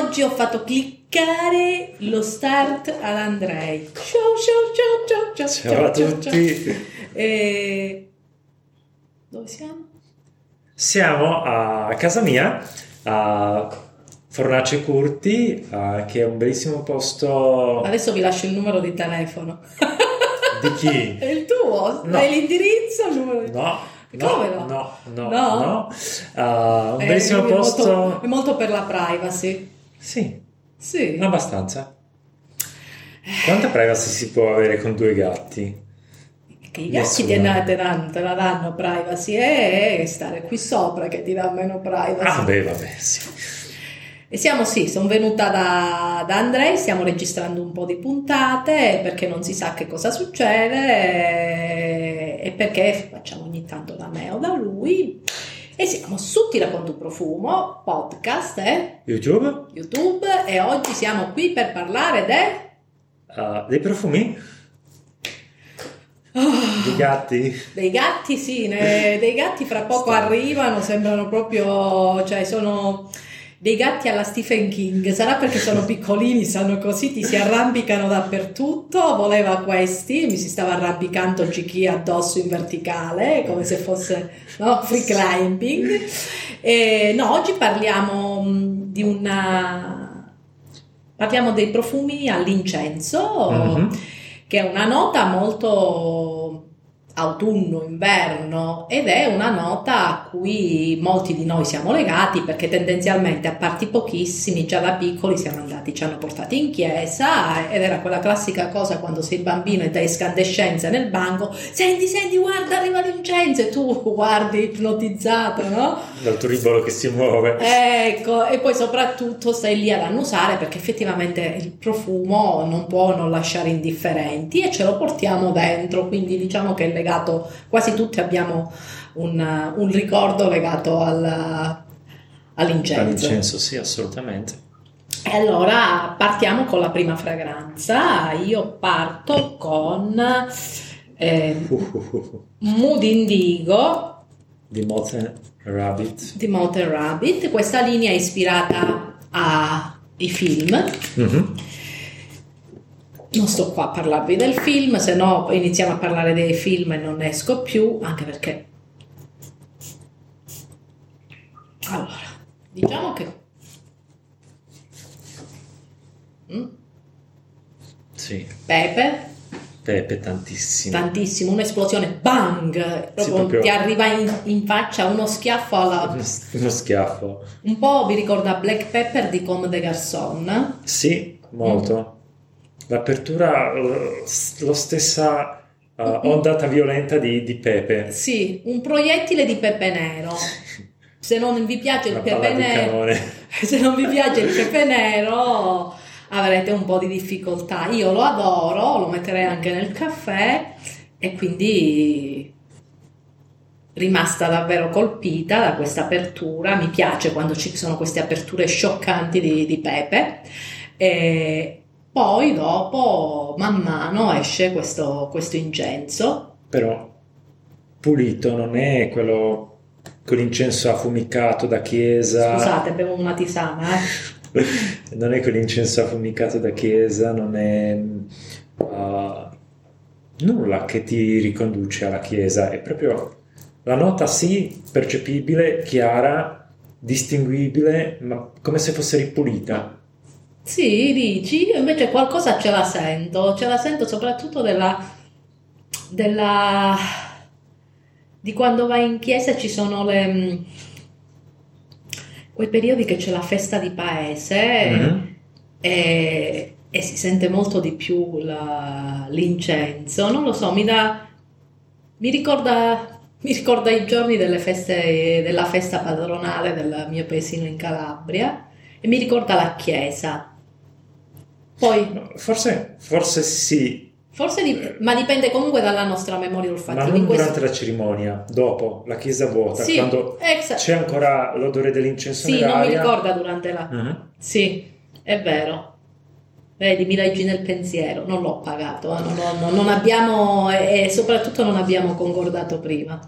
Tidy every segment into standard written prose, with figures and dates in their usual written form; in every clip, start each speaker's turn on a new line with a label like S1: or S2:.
S1: oggi ho fatto cliccare lo start ad Andrei.
S2: Ciao a tutti.
S1: Dove siamo?
S2: Siamo a casa mia, a Fornace Curti, che è un bellissimo posto.
S1: Adesso vi lascio il numero di telefono.
S2: Di chi?
S1: È il tuo?
S2: No.
S1: Dai l'indirizzo? Il numero di...
S2: No.
S1: Come no?
S2: No. Un bellissimo posto.
S1: È molto per la privacy.
S2: Sì, abbastanza. Quanta privacy si può avere con due gatti?
S1: Che i gatti te la danno privacy, e stare qui sopra che ti dà meno privacy.
S2: Vabbè, sì.
S1: E sono venuta da Andrei, stiamo registrando un po' di puntate perché non si sa che cosa succede e perché facciamo ogni tanto da me o da lui. E siamo su Ti racconto un profumo, podcast e
S2: YouTube,
S1: e oggi siamo qui per parlare
S2: dei profumi. Dei gatti?
S1: Dei gatti, sì, dei gatti fra poco arrivano, sembrano proprio, cioè sono dei gatti alla Stephen King, sarà perché sono piccolini, sanno così, ti si arrampicano dappertutto, voleva questi, mi si stava arrampicando Giki addosso in verticale, come se fosse free climbing. Oggi parliamo parliamo dei profumi all'incenso, che è una nota molto autunno-inverno ed è una nota a cui molti di noi siamo legati perché tendenzialmente, a parti pochissimi, già da piccoli ci hanno portati in chiesa ed era quella classica cosa quando sei bambino e dai escandescenze nel banco, senti guarda arriva l'incenso e tu guardi ipnotizzato, no?
S2: Dal turibolo che si muove.
S1: Ecco, e poi soprattutto stai lì ad annusare perché effettivamente il profumo non può non lasciare indifferenti e ce lo portiamo dentro, quindi diciamo che è legato, quasi tutti abbiamo un ricordo legato all'incenso.
S2: All'incenso, sì, assolutamente.
S1: E allora partiamo con la prima fragranza. Io parto con Mood Indigo
S2: di Molten
S1: Rabbit. Questa linea è ispirata ai film. Non sto qua a parlarvi del film, se no iniziamo a parlare dei film e non ne esco più, anche perché allora diciamo che
S2: sì,
S1: pepe tantissimo, un'esplosione, bang, proprio ti arriva in faccia uno schiaffo
S2: uno schiaffo,
S1: un po' vi ricorda Black Pepper di Comme des Garçons.
S2: Sì, molto. L'apertura, la stessa ondata violenta di pepe.
S1: Sì, un proiettile di pepe nero. Se non vi piace il pepe nero, avrete un po' di difficoltà. Io lo adoro, lo metterei anche nel caffè e quindi rimasta davvero colpita da questa apertura. Mi piace quando ci sono queste aperture scioccanti di pepe. E poi dopo man mano esce questo incenso,
S2: però pulito, non è quello con l'incenso affumicato da chiesa.
S1: Scusate, bevo una tisana
S2: Non è quell'incenso affumicato da chiesa, non è nulla che ti riconduce alla chiesa, è proprio la nota, sì, percepibile, chiara, distinguibile, ma come se fosse ripulita.
S1: Sì, dici, io invece qualcosa ce la sento soprattutto di quando vai in chiesa, ci sono quei periodi che c'è la festa di paese e si sente molto di più l'incenso, non lo so, mi ricorda i giorni della festa padronale del mio paesino in Calabria e mi ricorda la chiesa. Poi
S2: forse sì.
S1: Ma dipende comunque dalla nostra memoria olfattiva.
S2: Ma non durante la cerimonia, dopo, la chiesa vuota,
S1: sì,
S2: quando c'è ancora l'odore dell'incenso nell'aria.
S1: Sì, non mi ricorda durante la... Sì, è vero. Vedi, mi leggi nel pensiero, non l'ho pagato, non abbiamo, e soprattutto non abbiamo concordato prima.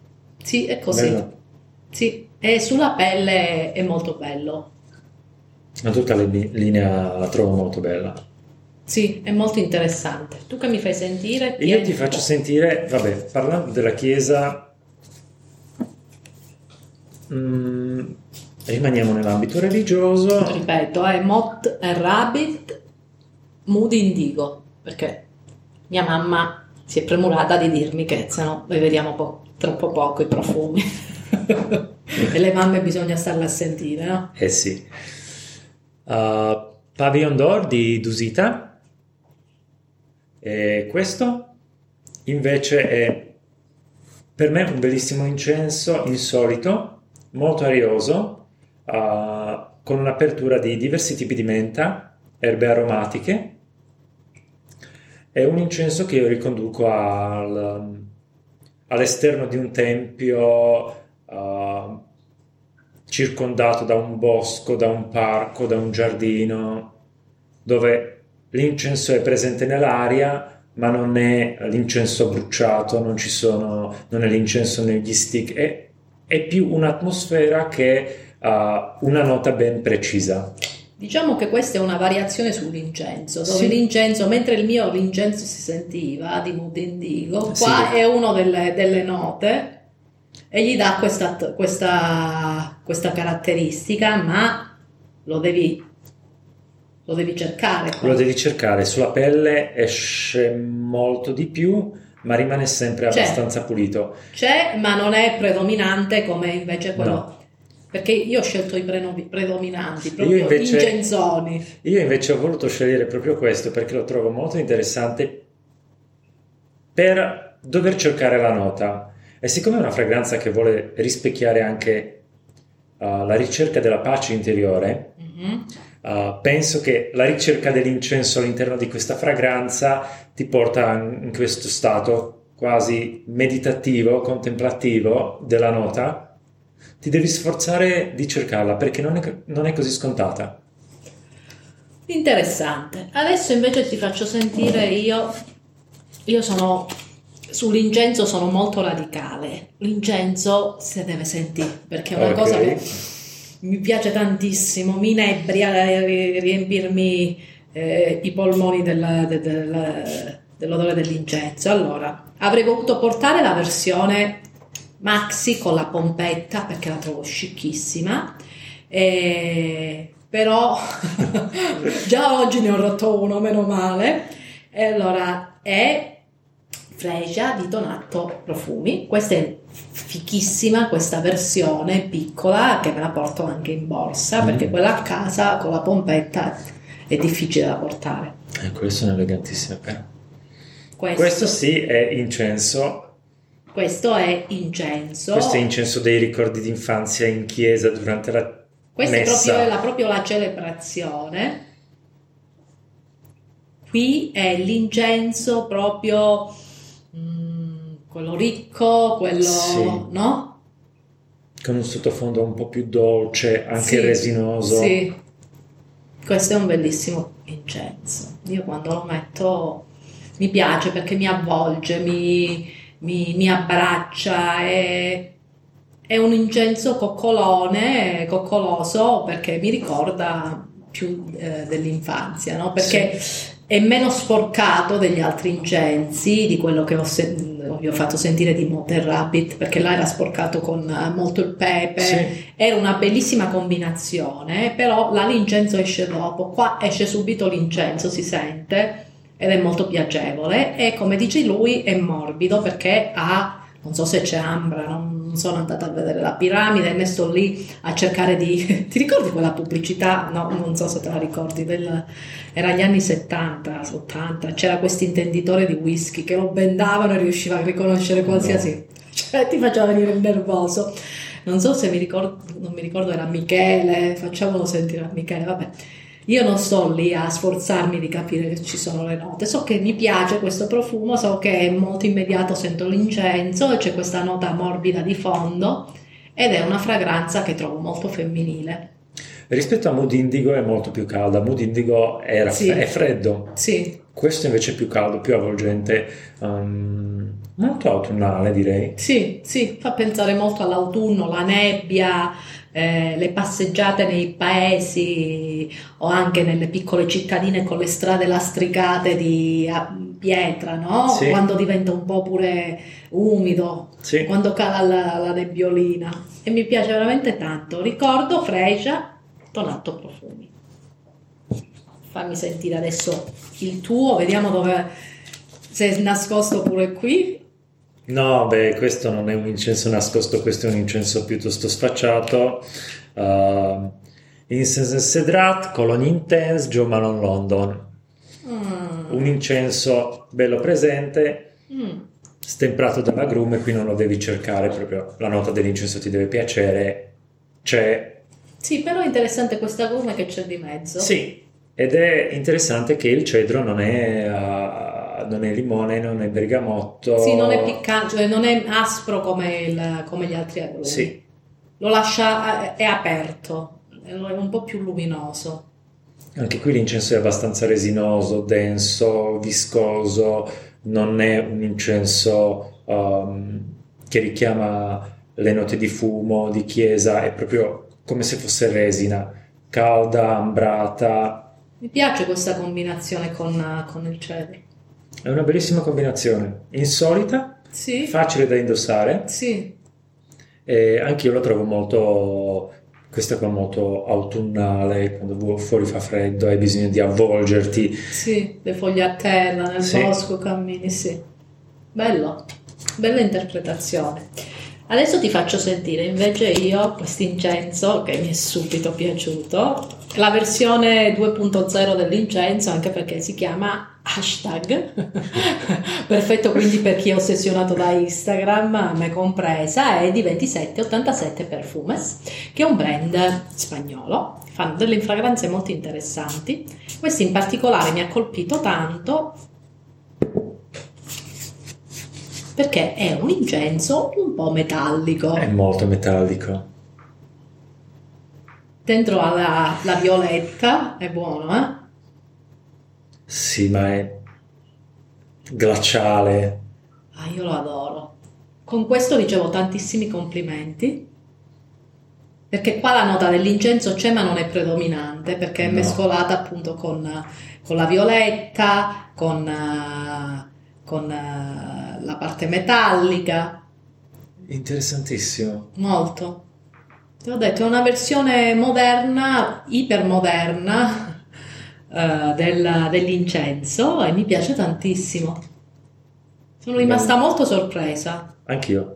S1: Sì, è così.
S2: Bello.
S1: Sì, e sulla pelle è molto bello.
S2: Ma tutta linea la trovo molto bella.
S1: Sì, è molto interessante. Tu che mi fai sentire?
S2: Io ti faccio sentire, vabbè, parlando della chiesa, rimaniamo nell'ambito religioso.
S1: Ripeto, è Mott e Rabbit, Mood Indigo, perché mia mamma si è premurata di dirmi che se no noi vediamo troppo poco i profumi. E le mamme bisogna starle a sentire, no?
S2: Eh sì. Pavillon d'Or di Dusita. E questo invece è per me un bellissimo incenso insolito, molto arioso, con un'apertura di diversi tipi di menta, erbe aromatiche. È un incenso che io riconduco all'esterno di un tempio, circondato da un bosco, da un parco, da un giardino, dove l'incenso è presente nell'aria, ma non è l'incenso bruciato, non è l'incenso negli stick, è più un'atmosfera che una nota ben precisa.
S1: Diciamo che questa è una variazione sull'incenso, dove
S2: Sì.
S1: l'incenso, mentre l'incenso si sentiva di Mood Indigo, qua
S2: Sì.
S1: è una delle note e gli dà questa caratteristica, ma lo devi cercare qua.
S2: Lo devi cercare, sulla pelle esce molto di più, ma rimane sempre abbastanza pulito.
S1: C'è, ma non è predominante come invece quello.
S2: No.
S1: Perché io ho scelto i predominanti, proprio
S2: Io invece-
S1: incenzoni.
S2: Io invece ho voluto scegliere proprio questo perché lo trovo molto interessante per dover cercare la nota. E siccome è una fragranza che vuole rispecchiare anche la ricerca della pace interiore,
S1: Mhm.
S2: penso che la ricerca dell'incenso all'interno di questa fragranza ti porta in questo stato quasi meditativo, contemplativo della nota. Ti devi sforzare di cercarla perché non è così scontata.
S1: Interessante. Adesso invece ti faccio sentire io sull'incenso sono molto radicale. L'incenso si deve sentire perché è una
S2: Ok.
S1: cosa che mi piace tantissimo, mi inebria riempirmi i polmoni dell'odore dell'incenso. Allora, avrei voluto portare la versione maxi con la pompetta perché la trovo scicchissima, però già oggi ne ho rotto uno, meno male. E allora è Fresia di Donato Profumi. Questa è fichissima, questa versione piccola che me la porto anche in borsa perché quella a casa con la pompetta è difficile da portare.
S2: Questo è un elegantissimo però. Questo sì è incenso.
S1: Questo è incenso.
S2: Questo è incenso dei ricordi d'infanzia in chiesa durante la
S1: Questa è
S2: messa.
S1: proprio la celebrazione. Qui è l'incenso proprio quello ricco, quello,
S2: Sì.
S1: no?
S2: Con un sottofondo un po' più dolce, anche
S1: Sì,
S2: resinoso.
S1: Sì. Questo è un bellissimo incenso. Io quando lo metto mi piace perché mi avvolge, mi abbraccia, è un incenso coccoloso perché mi ricorda più dell'infanzia, no? Perché è meno sporcato degli altri incensi, di quello che vi ho fatto sentire di Motte Rabbit, perché là era sporcato con molto il pepe.
S2: Sì.
S1: Era una bellissima combinazione, però là l'incenso esce dopo, qua esce subito l'incenso, si sente ed è molto piacevole e come dice lui è morbido perché ha, non so se c'è ambra, non sono andata a vedere la piramide né sto lì a cercare di... Ti ricordi quella pubblicità? No, non so se te la ricordi, era gli anni 70, 80, c'era questo intenditore di whisky che lo bendavano e riusciva a riconoscere qualsiasi... Cioè ti faceva venire il nervoso. Non so se non mi ricordo, era Michele, facciamolo sentire a Michele, vabbè. Io non sto lì a sforzarmi di capire che ci sono le note, so che mi piace questo profumo, so che è molto immediato, sento l'incenso e c'è questa nota morbida di fondo ed è una fragranza che trovo molto femminile.
S2: Rispetto a Mood Indigo è molto più calda. Mood Indigo
S1: Sì.
S2: è freddo.
S1: Sì,
S2: Questo invece è più caldo, più avvolgente, molto autunnale direi.
S1: sì, sì, fa pensare molto all'autunno, la nebbia, le passeggiate nei paesi o anche nelle piccole cittadine con le strade lastricate di pietra, no?
S2: Sì,
S1: Quando diventa un po' pure umido,
S2: sì.
S1: quando cala la nebbiolina. E mi piace veramente tanto. Ricordo Fresia, Tonato Profumi. Fammi sentire adesso il tuo, vediamo dove sei nascosto pure qui.
S2: No, beh, questo non è un incenso nascosto, questo è un incenso piuttosto sfacciato. Incense Cedrat, Cologne Intense, Jo Malone London. Un incenso bello presente,
S1: Mm.
S2: stemprato dall'agrume, qui non lo devi cercare, proprio la nota dell'incenso ti deve piacere, c'è.
S1: Sì, però è interessante questa gomme che c'è di mezzo.
S2: Sì, ed è interessante che il cedro non è limone, non è bergamotto.
S1: Sì, non è piccante, cioè non è aspro come gli altri agrumi.
S2: Sì,
S1: Lo lascia, è aperto, è un po' più luminoso.
S2: anche qui l'incenso è abbastanza resinoso, denso, viscoso, non è un incenso che richiama le note di fumo, di chiesa, è proprio come se fosse resina, calda, ambrata.
S1: Mi piace questa combinazione con il cedro.
S2: È una bellissima combinazione, insolita,
S1: Sì,
S2: facile da indossare.
S1: sì,
S2: E anche io lo trovo molto, questa qua molto autunnale, quando fuori fa freddo, hai bisogno di avvolgerti.
S1: sì, le foglie a terra, nel
S2: Sì.
S1: bosco cammini, sì. Bello, bella interpretazione. Adesso ti faccio sentire invece io quest'incenso che mi è subito piaciuto, la versione 2.0 dell'incenso, anche perché si chiama hashtag, perfetto quindi per chi è ossessionato da Instagram, me compresa, è di 2787 Perfumes, che è un brand spagnolo, fanno delle fragranze molto interessanti. Questo in particolare mi ha colpito tanto perché è un incenso un po' metallico.
S2: È molto metallico.
S1: Dentro ha la violetta, è buono, eh?
S2: Sì, ma è glaciale.
S1: Ah, io lo adoro. Con questo ricevo tantissimi complimenti. Perché qua la nota dell'incenso c'è ma non è predominante, perché è
S2: No.
S1: mescolata appunto con la violetta, con la parte metallica.
S2: Interessantissimo.
S1: Molto. Ti ho detto, è una versione moderna, ipermoderna dell'incenso e mi piace tantissimo. Sono rimasta molto sorpresa.
S2: Anch'io.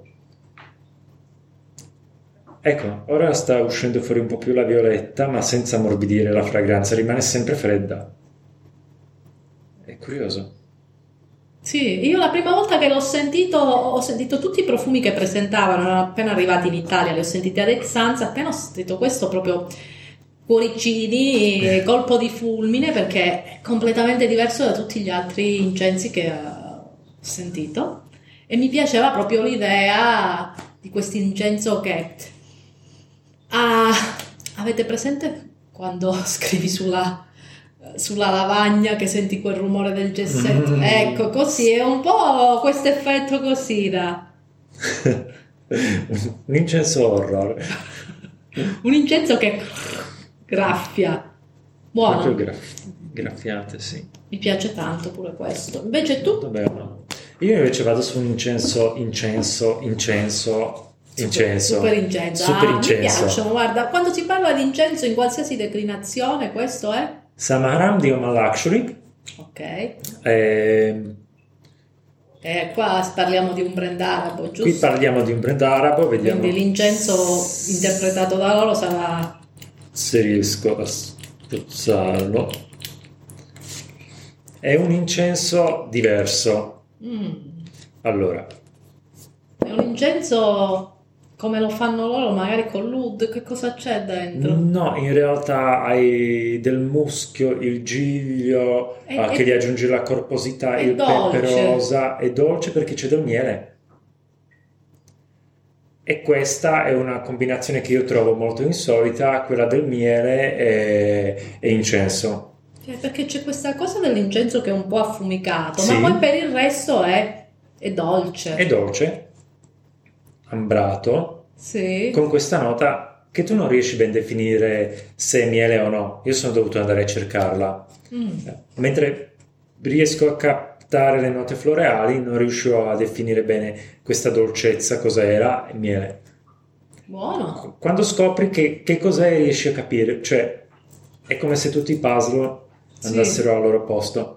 S2: Ecco, ora sta uscendo fuori un po' più la violetta, ma senza ammorbidire la fragranza, rimane sempre fredda. È curioso.
S1: Sì, io la prima volta che l'ho sentito, ho sentito tutti i profumi che presentavano, erano appena arrivati in Italia, li ho sentiti ad Exanza, appena ho sentito questo proprio cuoricini, colpo di fulmine, perché è completamente diverso da tutti gli altri incensi che ho sentito e mi piaceva proprio l'idea di questo incenso che avete presente quando scrivi sulla lavagna che senti quel rumore del gessetto? Ecco, così è un po' questo effetto così da
S2: Un incenso horror.
S1: un incenso che graffia. Buono,
S2: Proprio graffiate, sì.
S1: mi piace tanto pure questo. Invece tu?
S2: Molto bello. Io invece vado su un incenso.
S1: Super incenso.
S2: Super
S1: Mi
S2: incenso.
S1: piacciono, guarda, quando si parla di incenso in qualsiasi declinazione, questo è?
S2: Samaram di Oma Luxury.
S1: Ok. Qua parliamo di un brand arabo, giusto?
S2: Qui parliamo di un brand arabo, vediamo
S1: Quindi l'incenso interpretato da loro sarà...
S2: se riesco a spruzzarlo. È un incenso diverso. Allora,
S1: È un incenso come lo fanno loro, magari con l'oud, che cosa c'è dentro?
S2: no, in realtà hai del muschio, il giglio, che gli aggiunge la corposità,
S1: è
S2: il pepe
S1: dolce.
S2: rosa, è dolce perché c'è del miele. E questa è una combinazione che io trovo molto insolita, quella del miele e incenso.
S1: Perché c'è questa cosa dell'incenso che è un po' affumicato,
S2: Sì.
S1: ma poi per il resto è dolce.
S2: È dolce, ambrato,
S1: Sì.
S2: con questa nota che tu non riesci ben a definire se è miele o no. Io sono dovuto andare a cercarla. Mentre riesco a captare le note floreali, non riuscivo a definire bene questa dolcezza, cosa era il miele.
S1: Buono.
S2: Quando scopri che cos'è, riesci a capire, cioè è come se tutti i puzzle andassero al loro posto.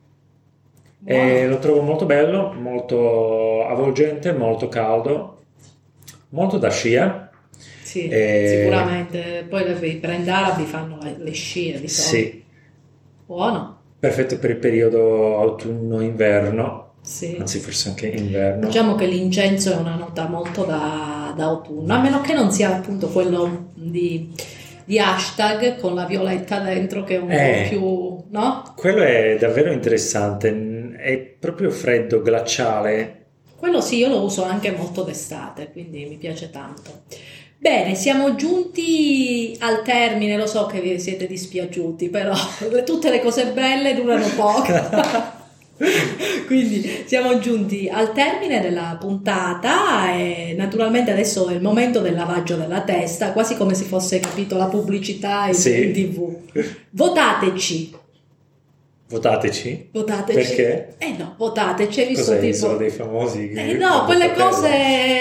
S2: E lo trovo molto bello, molto avvolgente, molto caldo, molto da scia.
S1: Sì, sicuramente. Poi i brand arabi fanno le scie di solito.
S2: Sì,
S1: Buono.
S2: perfetto per il periodo autunno-inverno,
S1: Sì.
S2: anzi forse anche inverno.
S1: Diciamo che l'incenso è una nota molto da autunno, a meno che non sia appunto quello di hashtag con la violetta dentro che è un po' più, no?
S2: Quello è davvero interessante, è proprio freddo, glaciale.
S1: Quello sì, io lo uso anche molto d'estate, quindi mi piace tanto. Bene, siamo giunti al termine, lo so che vi siete dispiaciuti, però tutte le cose belle durano poco. Quindi siamo giunti al termine della puntata e naturalmente adesso è il momento del lavaggio della testa, quasi come se fosse, capito, la pubblicità in TV. Votateci.
S2: Votateci?
S1: Votateci.
S2: Perché?
S1: No, votateci.
S2: Cos'è Isola dei Famosi?
S1: No, quelle cose...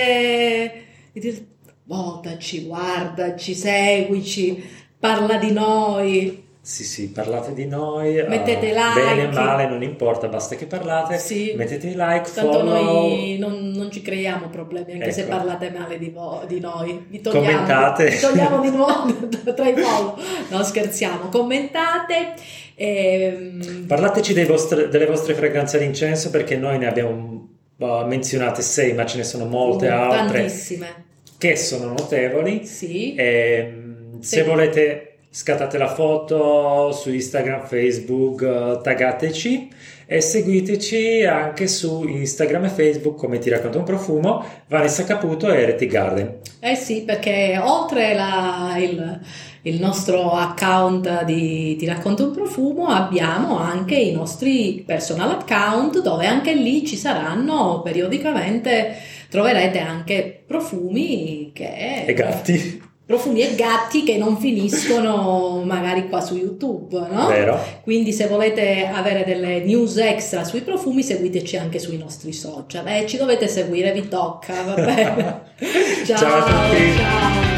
S1: Votaci, guardaci, seguici, parla di noi.
S2: Sì, parlate di noi.
S1: Mettete like.
S2: Bene o male, non importa, basta che parlate.
S1: Sì.
S2: Mettete i like,
S1: tanto
S2: follow.
S1: Noi non ci creiamo problemi, anche se parlate male di noi. Vi togliamo,
S2: commentate.
S1: Vi togliamo di nuovo tra i follow. No, scherziamo. Commentate.
S2: Parlateci delle vostre fragranze d'incenso, perché noi ne abbiamo menzionate 6, ma ce ne sono molte altre.
S1: Tantissime.
S2: Che sono notevoli.
S1: Sì.
S2: Se volete scattate la foto su Instagram, Facebook, taggateci e seguiteci anche su Instagram e Facebook come Ti racconto un profumo, Vanessa Caputo e Reti Garden.
S1: Sì, perché oltre il nostro account di Ti racconto un profumo abbiamo anche i nostri personal account, dove anche lì ci saranno periodicamente, troverete anche profumi
S2: e gatti.
S1: Profumi e gatti che non finiscono magari qua su YouTube, no?
S2: Vero.
S1: Quindi se volete avere delle news extra sui profumi, seguiteci anche sui nostri social. Ci dovete seguire, vi tocca, va bene?
S2: Ciao a tutti.
S1: Ciao.